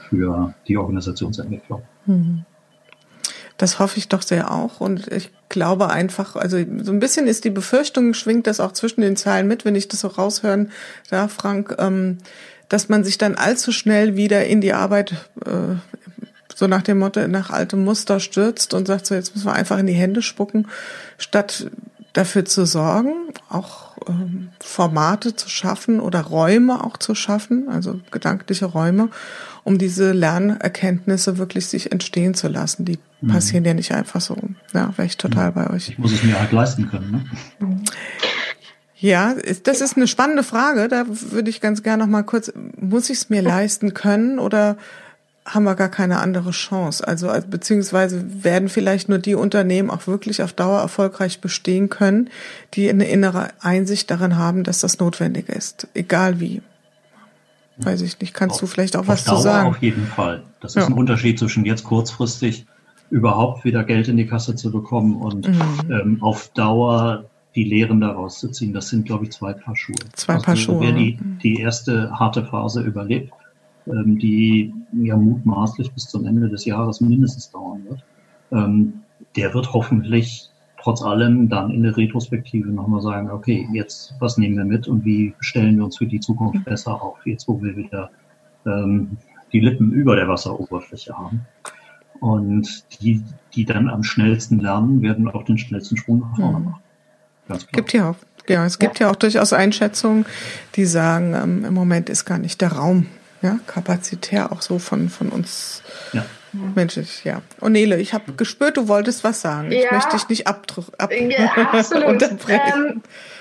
für die Organisationsentwicklung. Das hoffe ich doch sehr auch. Und ich glaube einfach, also so ein bisschen ist die Befürchtung, schwingt das auch zwischen den Zeilen mit, wenn ich das so raushören darf, Frank, ähm, dass man sich dann allzu schnell wieder in die Arbeit, äh, so nach dem Motto, nach altem Muster stürzt und sagt, so jetzt müssen wir einfach in die Hände spucken, statt dafür zu sorgen, auch ähm, Formate zu schaffen oder Räume auch zu schaffen, also gedankliche Räume, um diese Lernerkenntnisse wirklich sich entstehen zu lassen. Die mhm. passieren ja nicht einfach so. Ja, wäre ich total bei euch. Ich muss es mir halt leisten können, ne? Ja, das ist eine spannende Frage. Da würde ich ganz gerne noch mal kurz, muss ich es mir leisten können oder haben wir gar keine andere Chance? Also, beziehungsweise werden vielleicht nur die Unternehmen auch wirklich auf Dauer erfolgreich bestehen können, die eine innere Einsicht darin haben, dass das notwendig ist. Egal wie. Weiß ich nicht. Kannst auf, du vielleicht auch auf was Dauer zu sagen? Auf jeden Fall. Das ist ja. ein Unterschied zwischen jetzt kurzfristig überhaupt wieder Geld in die Kasse zu bekommen und mhm. ähm, auf Dauer die Lehren daraus zu ziehen. Das sind, glaube ich, zwei Paar Schuhe. Zwei Paar also, Schuhe. Wer die, die erste harte Phase überlebt, ähm, die ja mutmaßlich bis zum Ende des Jahres mindestens dauern wird, ähm, der wird hoffentlich trotz allem dann in der Retrospektive nochmal sagen, okay, jetzt was nehmen wir mit und wie stellen wir uns für die Zukunft besser auf, jetzt wo wir wieder ähm, die Lippen über der Wasseroberfläche haben. Und die, die dann am schnellsten lernen, werden auch den schnellsten Sprung nach vorne machen. Ganz klar. Gibt ja auch, ja, es gibt ja. ja auch durchaus Einschätzungen, die sagen, ähm, im Moment ist gar nicht der Raum, ja, kapazitär auch so von, von uns ja. menschlich, ja. Und Nele, ich habe gespürt, du wolltest was sagen. Ich ja. möchte dich nicht abdrücken. Ab ja, absolut. ähm,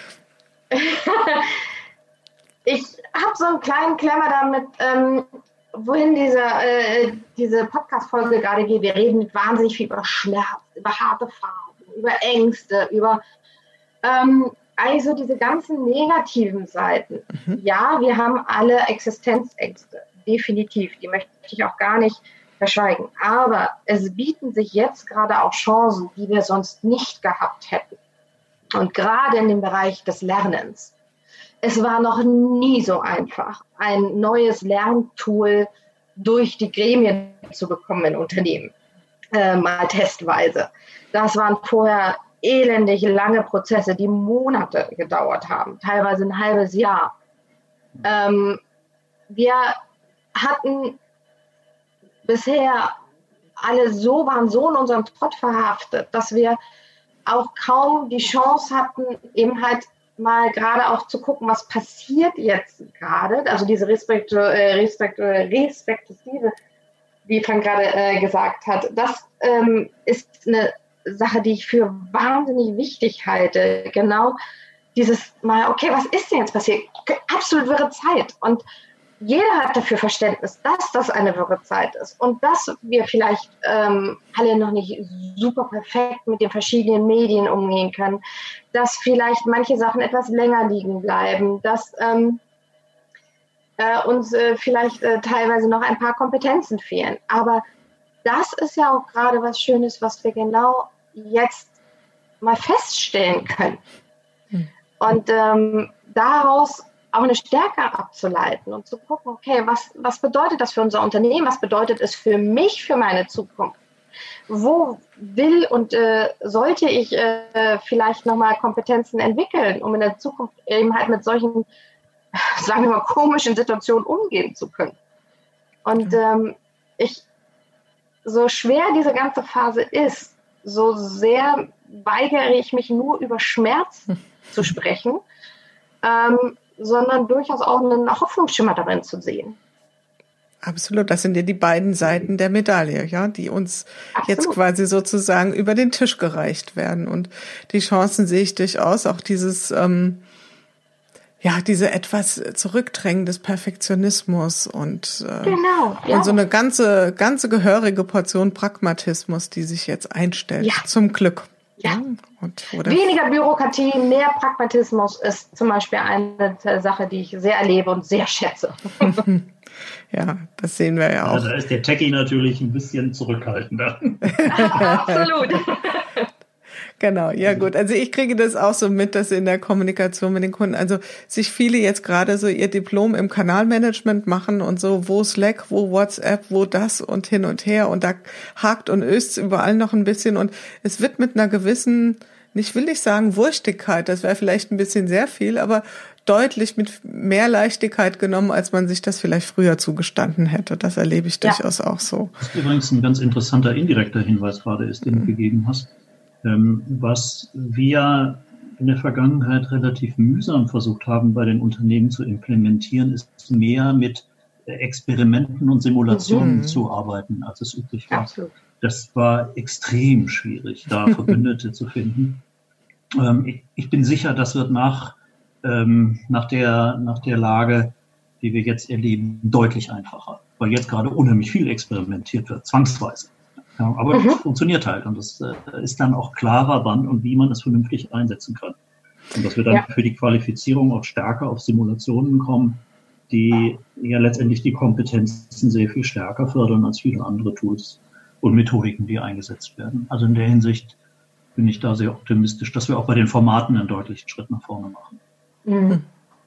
ich habe so einen kleinen Klemmer damit, ähm, wohin diese, äh, diese Podcast-Folge gerade geht. Wir reden wahnsinnig viel über Schmerz, über harte Phasen, über Ängste, über ähm, also diese ganzen negativen Seiten. Mhm. Ja, wir haben alle Existenzängste, definitiv. Die möchte ich auch gar nicht verschweigen. Aber es bieten sich jetzt gerade auch Chancen, die wir sonst nicht gehabt hätten. Und gerade in dem Bereich des Lernens. Es war noch nie so einfach, ein neues Lerntool durch die Gremien zu bekommen in Unternehmen, äh, mal testweise. Das waren vorher elendig lange Prozesse, die Monate gedauert haben, teilweise ein halbes Jahr. Ähm, wir hatten bisher alle so, waren so in unserem Trott verhaftet, dass wir auch kaum die Chance hatten, eben halt mal gerade auch zu gucken, was passiert jetzt gerade, also diese Respektu- äh, Respektu- Respektive, wie Frank gerade äh, gesagt hat, das ähm, ist eine Sache, die ich für wahnsinnig wichtig halte. Genau dieses mal, okay, was ist denn jetzt passiert? Absolut wirre Zeit. Und jeder hat dafür Verständnis, dass das eine wirre Zeit ist und dass wir vielleicht ähm, alle noch nicht super perfekt mit den verschiedenen Medien umgehen können, dass vielleicht manche Sachen etwas länger liegen bleiben, dass ähm, äh, uns äh, vielleicht äh, teilweise noch ein paar Kompetenzen fehlen. Aber das ist ja auch gerade was Schönes, was wir genau jetzt mal feststellen können. Hm. Und ähm, daraus auch eine Stärke abzuleiten und zu gucken, okay, was, was bedeutet das für unser Unternehmen? Was bedeutet es für mich, für meine Zukunft? Wo will und äh, sollte ich äh, vielleicht nochmal Kompetenzen entwickeln, um in der Zukunft eben halt mit solchen, sagen wir mal, komischen Situationen umgehen zu können? Und ähm, ich, so schwer diese ganze Phase ist, so sehr weigere ich mich nur über Schmerz zu sprechen, ähm, sondern durchaus auch einen Hoffnungsschimmer darin zu sehen. Absolut, das sind ja die beiden Seiten der Medaille, ja, die uns Absolut. Jetzt quasi sozusagen über den Tisch gereicht werden. Und die Chancen sehe ich durchaus, auch dieses, ähm, ja, diese etwas Zurückdrängen des Perfektionismus und, äh, genau, ja. und so eine ganze, ganze gehörige Portion Pragmatismus, die sich jetzt einstellt, ja. zum Glück. Ja. Und weniger Bürokratie, mehr Pragmatismus ist zum Beispiel eine Sache, die ich sehr erlebe und sehr schätze. Ja, das sehen wir ja auch. Also da ist der Techie natürlich ein bisschen zurückhaltender. Absolut. Genau, ja gut. Also ich kriege das auch so mit, dass in der Kommunikation mit den Kunden, also sich viele jetzt gerade so ihr Diplom im Kanalmanagement machen und so, wo Slack, wo WhatsApp, wo das und hin und her und da hakt und öst überall noch ein bisschen und es wird mit einer gewissen, ich will nicht sagen Wurstigkeit, das wäre vielleicht ein bisschen sehr viel, aber deutlich mit mehr Leichtigkeit genommen, als man sich das vielleicht früher zugestanden hätte. Das erlebe ich durchaus ja. auch so. Das ist übrigens ein ganz interessanter indirekter Hinweis gerade ist, den mhm. du gegeben hast. Ähm, was wir in der Vergangenheit relativ mühsam versucht haben, bei den Unternehmen zu implementieren, ist mehr mit Experimenten und Simulationen mhm. zu arbeiten, als es üblich war. Absolut. Das war extrem schwierig, da Verbündete zu finden. Ähm, ich, ich bin sicher, das wird nach Ähm, nach der, nach der Lage, die wir jetzt erleben, deutlich einfacher. Weil jetzt gerade unheimlich viel experimentiert wird, zwangsweise. Ja, aber mhm. es funktioniert halt. Und es äh, ist dann auch klarer, wann und wie man es vernünftig einsetzen kann. Und dass wir dann ja. für die Qualifizierung auch stärker auf Simulationen kommen, die ja letztendlich die Kompetenzen sehr viel stärker fördern als viele andere Tools und Methodiken, die eingesetzt werden. Also in der Hinsicht bin ich da sehr optimistisch, dass wir auch bei den Formaten einen deutlichen Schritt nach vorne machen. Mhm.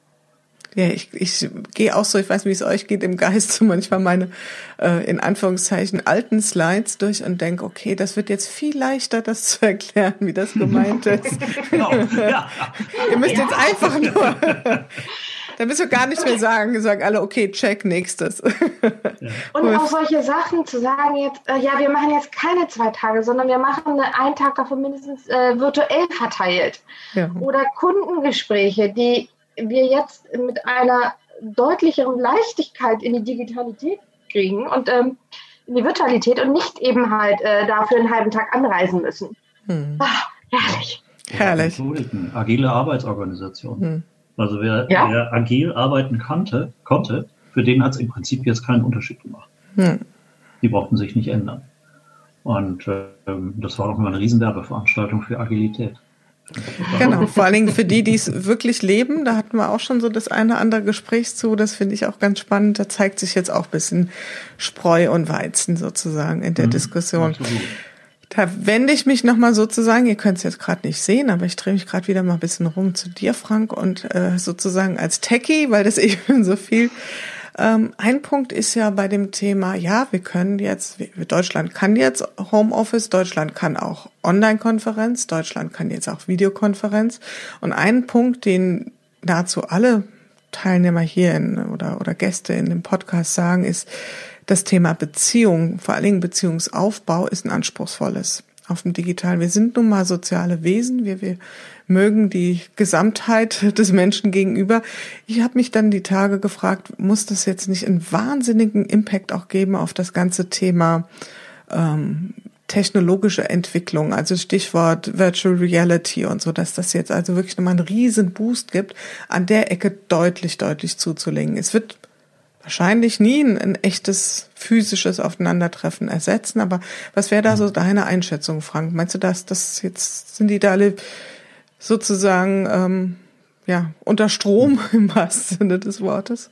Ja, ich, ich gehe auch so, ich weiß nicht, wie es euch geht, im Geist so manchmal meine, äh, in Anführungszeichen, alten Slides durch und denke, okay, das wird jetzt viel leichter, das zu erklären, wie das gemeint ist. Genau. Ja. Ihr müsst ja. jetzt einfach nur, da müsst ihr gar nichts mehr sagen, wir sagen alle, okay, check, nächstes. Ja. Und auch solche Sachen zu sagen jetzt, äh, ja, wir machen jetzt keine zwei Tage, sondern wir machen einen Tag davon mindestens äh, virtuell verteilt. Ja. Oder Kundengespräche, die wir jetzt mit einer deutlicheren Leichtigkeit in die Digitalität kriegen und ähm, in die Virtualität und nicht eben halt äh, dafür einen halben Tag anreisen müssen. Hm. Ach, herrlich. Herrlich. Agile Arbeitsorganisation. Hm. Also wer, ja. wer agil arbeiten konnte, konnte, für den hat es im Prinzip jetzt keinen Unterschied gemacht. Hm. Die brauchten sich nicht ändern. Und äh, das war auch nur eine Riesenwerbeveranstaltung für Agilität. Genau, vor allen Dingen für die, die es wirklich leben, da hatten wir auch schon so das eine oder andere Gespräch zu, das finde ich auch ganz spannend, da zeigt sich jetzt auch ein bisschen Spreu und Weizen sozusagen in der mhm, Diskussion. Absolut. Da wende ich mich nochmal sozusagen, ihr könnt es jetzt gerade nicht sehen, aber ich drehe mich gerade wieder mal ein bisschen rum zu dir, Frank, und äh, sozusagen als Techie, weil das eben so viel. Ähm, ein Punkt ist ja bei dem Thema, ja, wir können jetzt, Deutschland kann jetzt Homeoffice, Deutschland kann auch Online-Konferenz, Deutschland kann jetzt auch Videokonferenz. Und ein Punkt, den nahezu alle Teilnehmer hier in, oder, oder Gäste in dem Podcast sagen, ist, das Thema Beziehung, vor allen Dingen Beziehungsaufbau, ist ein anspruchsvolles auf dem Digitalen. Wir sind nun mal soziale Wesen, wir, wir mögen die Gesamtheit des Menschen gegenüber. Ich habe mich dann die Tage gefragt, muss das jetzt nicht einen wahnsinnigen Impact auch geben auf das ganze Thema ähm, technologische Entwicklung, also Stichwort Virtual Reality und so, dass das jetzt also wirklich nochmal einen riesen Boost gibt, an der Ecke deutlich, deutlich zuzulegen. Es wird wahrscheinlich nie ein, ein echtes physisches Aufeinandertreffen ersetzen, aber was wäre da so deine Einschätzung, Frank? Meinst du, dass das jetzt, sind die da alle sozusagen ähm, ja unter Strom im wahrsten Sinne des Wortes?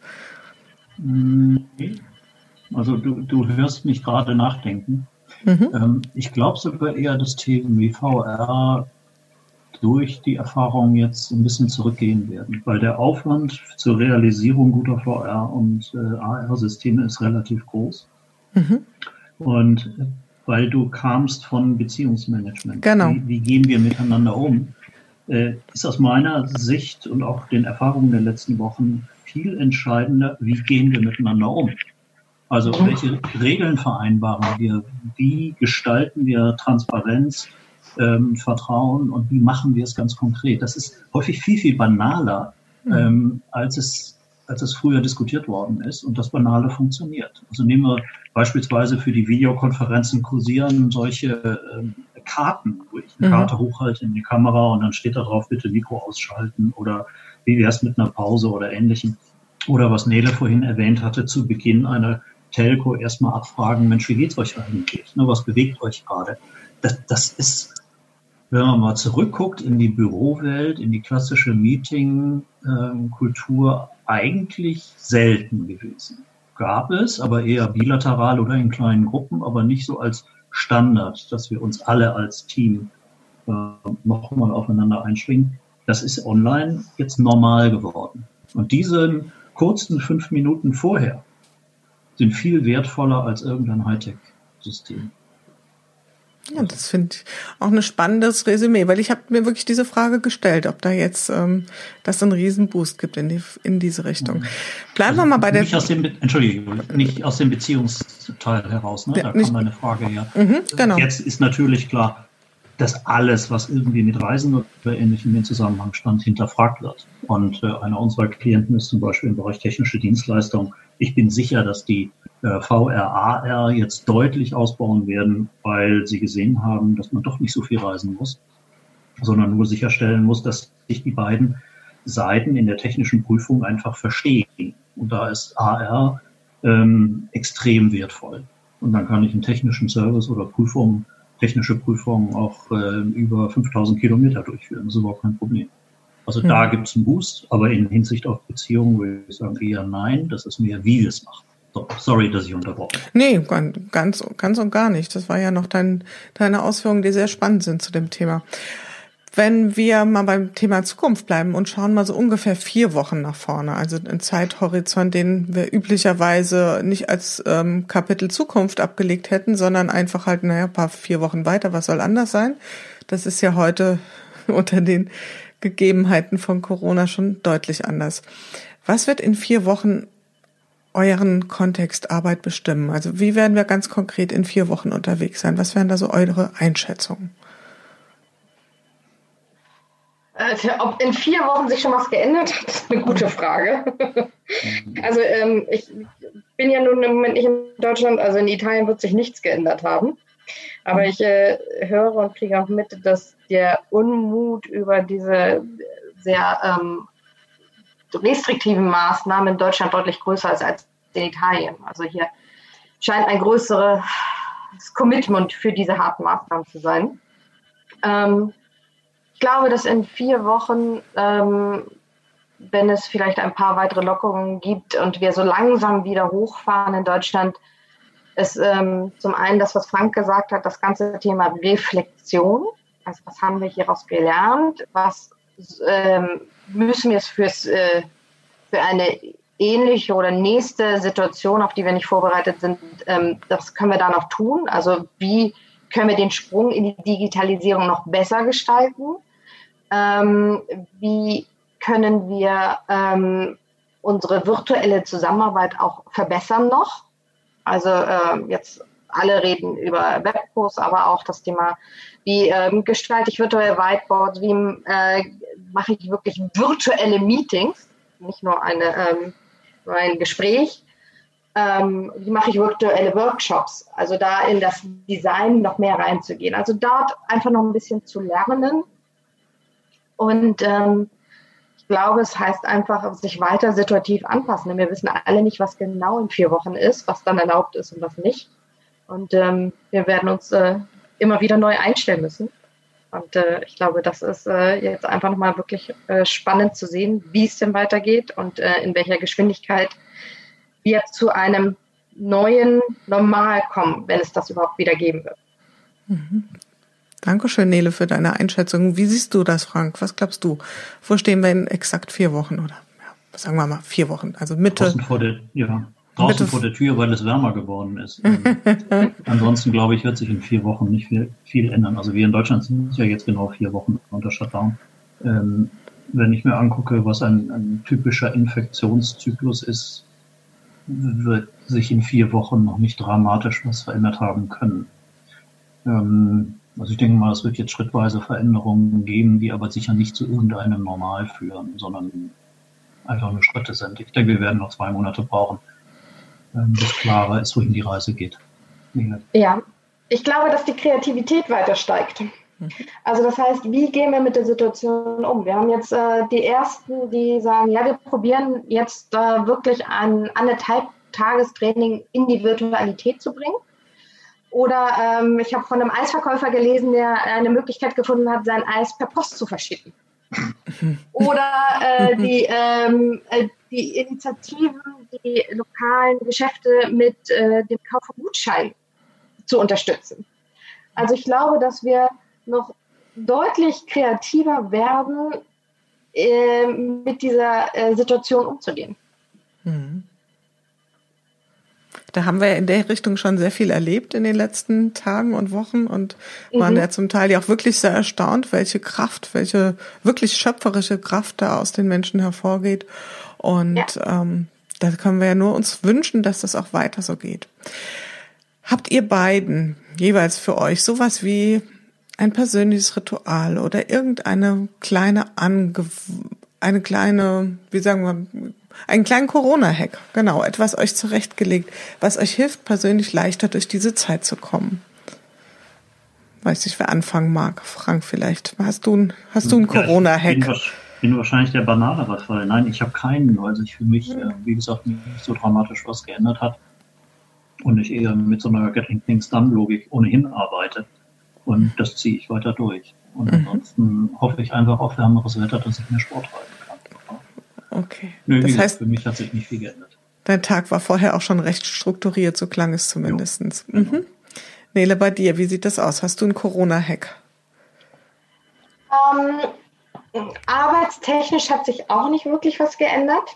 Also du, du hörst mich gerade nachdenken. Mhm. Ähm, ich glaube sogar eher, dass Themen wie V R durch die Erfahrung jetzt ein bisschen zurückgehen werden, weil der Aufwand zur Realisierung guter V R- und äh, A R-Systeme ist relativ groß. Mhm. Und weil du kamst von Beziehungsmanagement. Genau. Wie, wie gehen wir miteinander um? Äh, ist aus meiner Sicht und auch den Erfahrungen der letzten Wochen viel entscheidender, wie gehen wir miteinander um? Also welche Regeln vereinbaren wir? Wie gestalten wir Transparenz, ähm, Vertrauen und wie machen wir es ganz konkret? Das ist häufig viel, viel banaler, ähm, als es, als es früher diskutiert worden ist und das Banale funktioniert. Also nehmen wir beispielsweise für die Videokonferenzen kursieren solche ähm, Karten, wo ich eine mhm. Karte hochhalte in die Kamera und dann steht da drauf, bitte Mikro ausschalten oder wie wäre es mit einer Pause oder Ähnlichem. Oder was Nele vorhin erwähnt hatte, zu Beginn einer Telco erstmal abfragen, Mensch, wie geht's euch eigentlich? Ne, was bewegt euch gerade? Das, das ist, wenn man mal zurückguckt in die Bürowelt, in die klassische Meeting-Kultur, eigentlich selten gewesen. Gab es, aber eher bilateral oder in kleinen Gruppen, aber nicht so als Standard, dass wir uns alle als Team äh, nochmal aufeinander einschwingen. Das ist online jetzt normal geworden. Und diese kurzen fünf Minuten vorher sind viel wertvoller als irgendein Hightech-System. Ja, das finde ich auch ein spannendes Resümee, weil ich habe mir wirklich diese Frage gestellt, ob da jetzt ähm, das einen Riesenboost gibt in die in diese Richtung. Bleiben also wir mal bei der... Nicht aus dem, Entschuldigung, nicht aus dem Beziehungsteil heraus, ne? Da nicht, kam meine Frage her. Mhm, genau. Jetzt ist natürlich klar, dass alles, was irgendwie mit Reisen oder Ähnlichem in Zusammenhang stand, hinterfragt wird. Und äh, einer unserer Klienten ist zum Beispiel im Bereich technische Dienstleistung. Ich bin sicher, dass die äh, V R A R jetzt deutlich ausbauen werden, weil sie gesehen haben, dass man doch nicht so viel reisen muss, sondern nur sicherstellen muss, dass sich die beiden Seiten in der technischen Prüfung einfach verstehen. Und da ist A R ähm, extrem wertvoll. Und dann kann ich einen technischen Service oder Prüfungen technische Prüfungen auch äh, über fünftausend Kilometer durchführen. Das ist überhaupt kein Problem. Also mhm. da gibt es einen Boost, aber in Hinsicht auf Beziehungen würde ich sagen eher nein. Das ist mehr, wie wir es machen. So, sorry, dass ich unterbrochen habe. Nee, ganz, ganz und gar nicht. Das war ja noch dein, deine Ausführungen, die sehr spannend sind zu dem Thema. Wenn wir mal beim Thema Zukunft bleiben und schauen mal so ungefähr vier Wochen nach vorne, also einen Zeithorizont, den wir üblicherweise nicht als ähm, Kapitel Zukunft abgelegt hätten, sondern einfach halt, naja, ein paar vier Wochen weiter, was soll anders sein? Das ist ja heute unter den Gegebenheiten von Corona schon deutlich anders. Was wird in vier Wochen euren Kontext Arbeit bestimmen? Also wie werden wir ganz konkret in vier Wochen unterwegs sein? Was wären da so eure Einschätzungen? Also, ob in vier Wochen sich schon was geändert hat, ist eine gute Frage. Also ähm, ich bin ja nun im Moment nicht in Deutschland, also in Italien wird sich nichts geändert haben. Aber ich äh, höre und kriege auch mit, dass der Unmut über diese sehr ähm, restriktiven Maßnahmen in Deutschland deutlich größer ist als in Italien. Also hier scheint ein größeres Commitment für diese harten Maßnahmen zu sein. Ähm, Ich glaube, dass in vier Wochen, ähm, wenn es vielleicht ein paar weitere Lockerungen gibt und wir so langsam wieder hochfahren in Deutschland, ist ähm, zum einen das, was Frank gesagt hat, das ganze Thema Reflexion. Also was haben wir hieraus gelernt? Was ähm, müssen wir fürs, äh, für eine ähnliche oder nächste Situation, auf die wir nicht vorbereitet sind, ähm, das können wir da noch tun? Also wie können wir den Sprung in die Digitalisierung noch besser gestalten? Ähm, wie können wir ähm, unsere virtuelle Zusammenarbeit auch verbessern noch? Also äh, jetzt alle reden über Webkurs, aber auch das Thema, wie ähm, gestalte ich virtuelle Whiteboards, wie äh, mache ich wirklich virtuelle Meetings, nicht nur eine, ähm, nur ein Gespräch. Ähm, wie mache ich virtuelle Workshops? Also da in das Design noch mehr reinzugehen. Also dort einfach noch ein bisschen zu lernen. Und ähm, ich glaube, es heißt einfach, sich weiter situativ anpassen. Denn wir wissen alle nicht, was genau in vier Wochen ist, was dann erlaubt ist und was nicht. Und ähm, wir werden uns äh, immer wieder neu einstellen müssen. Und äh, ich glaube, das ist äh, jetzt einfach nochmal wirklich äh, spannend zu sehen, wie es denn weitergeht und äh, in welcher Geschwindigkeit wir zu einem neuen Normal kommen, wenn es das überhaupt wieder geben wird. Mhm. Dankeschön, Nele, für deine Einschätzung. Wie siehst du das, Frank? Was glaubst du? Wo stehen wir in exakt vier Wochen? Oder ja, sagen wir mal vier Wochen, also Mitte. Draußen vor der, ja, draußen Mitte vor der Tür, weil es wärmer geworden ist. ähm, ansonsten, glaube ich, wird sich in vier Wochen nicht viel, viel ändern. Also wir in Deutschland sind ja jetzt genau vier Wochen unter Shutdown. Ähm, wenn ich mir angucke, was ein, ein typischer Infektionszyklus ist, wird sich in vier Wochen noch nicht dramatisch was verändert haben können. Ähm, also ich denke mal, es wird jetzt schrittweise Veränderungen geben, die aber sicher nicht zu irgendeinem Normal führen, sondern einfach nur Schritte sind. Ich denke, wir werden noch zwei Monate brauchen, ähm, bis klarer ist, wohin die Reise geht. Ja. Ja, ich glaube, dass die Kreativität weiter steigt. Also das heißt, wie gehen wir mit der Situation um? Wir haben jetzt äh, die Ersten, die sagen, ja, wir probieren jetzt äh, wirklich ein anderthalb Tagestraining in die Virtualität zu bringen. Oder ähm, ich habe von einem Eisverkäufer gelesen, der eine Möglichkeit gefunden hat, sein Eis per Post zu verschicken. Oder äh, die, ähm, äh, die Initiativen, die lokalen Geschäfte mit äh, dem Kauf von Gutscheinen zu unterstützen. Also ich glaube, dass wir noch deutlich kreativer werden, äh, mit dieser äh, Situation umzugehen. Mhm. Da haben wir in der Richtung schon sehr viel erlebt in den letzten Tagen und Wochen und waren mhm. ja zum Teil ja auch wirklich sehr erstaunt, welche Kraft, welche wirklich schöpferische Kraft da aus den Menschen hervorgeht. Und ja. ähm, da können wir ja nur uns wünschen, dass das auch weiter so geht. Habt ihr beiden jeweils für euch sowas wie ein persönliches Ritual oder irgendeine kleine Ange eine kleine, wie sagen wir, einen kleinen Corona-Hack, genau, etwas euch zurechtgelegt, was euch hilft, persönlich leichter durch diese Zeit zu kommen? Weiß nicht, wer anfangen mag. Frank, vielleicht. Hast du, hast du einen ja, Corona-Hack? Ich bin, bin wahrscheinlich der banalere Fall. Nein, ich habe keinen, weil sich für mich, mhm. äh, wie gesagt, nicht so dramatisch was geändert hat und ich eher mit so einer Getting Things Done-Logik ohnehin arbeite. Und das ziehe ich weiter durch. Und mhm. ansonsten hoffe ich einfach auf wärmeres Wetter, dass ich mehr Sport treiben kann. Okay. Nö, das gesagt, heißt, für mich hat sich nicht viel geändert. Dein Tag war vorher auch schon recht strukturiert, so klang es zumindest. Jo, genau. Mhm. Nele, bei dir, wie sieht das aus? Hast du einen Corona-Hack? Ähm, arbeitstechnisch hat sich auch nicht wirklich was geändert.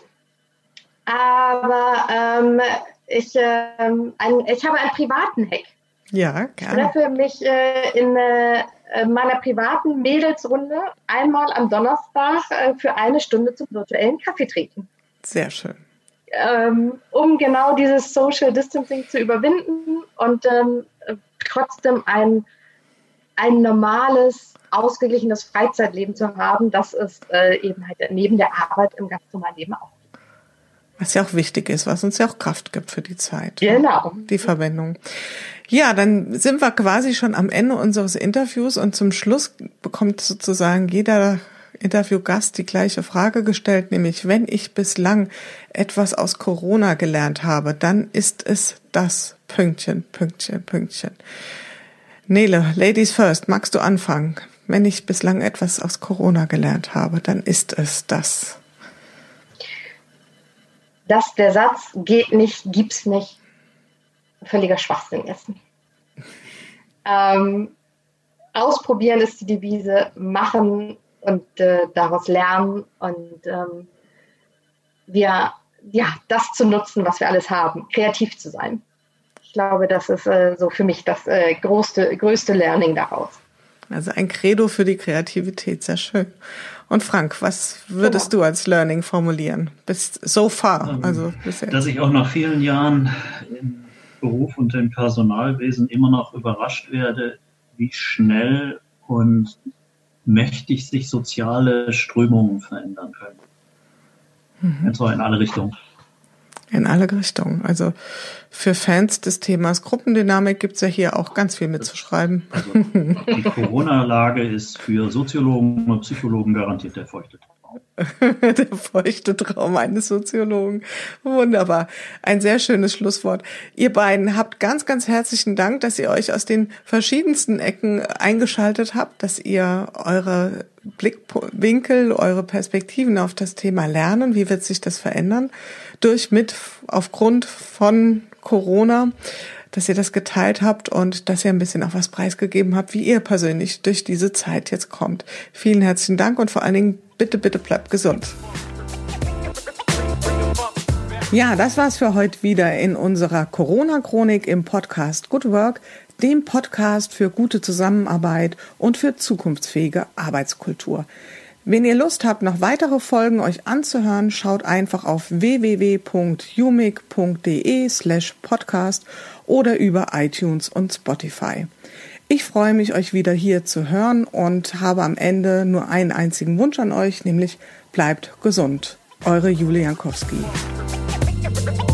Aber ähm, ich, ähm, ein, ich habe einen privaten Hack. Ja, gerne. Ich treffe mich äh, in äh, meiner privaten Mädelsrunde einmal am Donnerstag äh, für eine Stunde zum virtuellen Kaffee trinken. Sehr schön. Ähm, um genau dieses Social Distancing zu überwinden und ähm, trotzdem ein, ein normales, ausgeglichenes Freizeitleben zu haben, das ist äh, eben halt neben der Arbeit im ganz normalen Leben auch. Was ja auch wichtig ist, was uns ja auch Kraft gibt für die Zeit. Genau. Die Verwendung. Ja, dann sind wir quasi schon am Ende unseres Interviews und zum Schluss bekommt sozusagen jeder Interviewgast die gleiche Frage gestellt, nämlich wenn ich bislang etwas aus Corona gelernt habe, dann ist es das Pünktchen, Pünktchen, Pünktchen. Nele, Ladies first, magst du anfangen? Wenn ich bislang etwas aus Corona gelernt habe, dann ist es das. Dass der Satz geht nicht, gibt's nicht, völliger Schwachsinn ist. Ähm, ausprobieren ist die Devise, machen und äh, daraus lernen und ähm, wir, ja, das zu nutzen, was wir alles haben, kreativ zu sein. Ich glaube, das ist äh, so für mich das äh, größte, größte Learning daraus. Also ein Credo für die Kreativität, sehr schön. Und Frank, was würdest ja. du als Learning formulieren? Bis so far, also bisher. Dass ich auch nach vielen Jahren im Beruf und im Personalwesen immer noch überrascht werde, wie schnell und mächtig sich soziale Strömungen verändern können. Mhm. Und zwar in alle Richtungen. In alle Richtungen. Also für Fans des Themas Gruppendynamik gibt es ja hier auch ganz viel mitzuschreiben. Also die Corona-Lage ist für Soziologen und Psychologen garantiert der feuchte Traum. Der feuchte Traum eines Soziologen. Wunderbar. Ein sehr schönes Schlusswort. Ihr beiden habt ganz, ganz herzlichen Dank, dass ihr euch aus den verschiedensten Ecken eingeschaltet habt, dass ihr eure Blickwinkel, eure Perspektiven auf das Thema Lernen, wie wird sich das verändern, durch mit aufgrund von Corona, dass ihr das geteilt habt und dass ihr ein bisschen auch was preisgegeben habt, wie ihr persönlich durch diese Zeit jetzt kommt. Vielen herzlichen Dank und vor allen Dingen bitte, bitte bleibt gesund. Ja, das war's für heute wieder in unserer Corona-Chronik im Podcast Good Work, dem Podcast für gute Zusammenarbeit und für zukunftsfähige Arbeitskultur. Wenn ihr Lust habt, noch weitere Folgen euch anzuhören, schaut einfach auf w w w punkt umic punkt d e slash podcast oder über iTunes und Spotify. Ich freue mich, euch wieder hier zu hören und habe am Ende nur einen einzigen Wunsch an euch, nämlich bleibt gesund. Eure Julia Jankowski.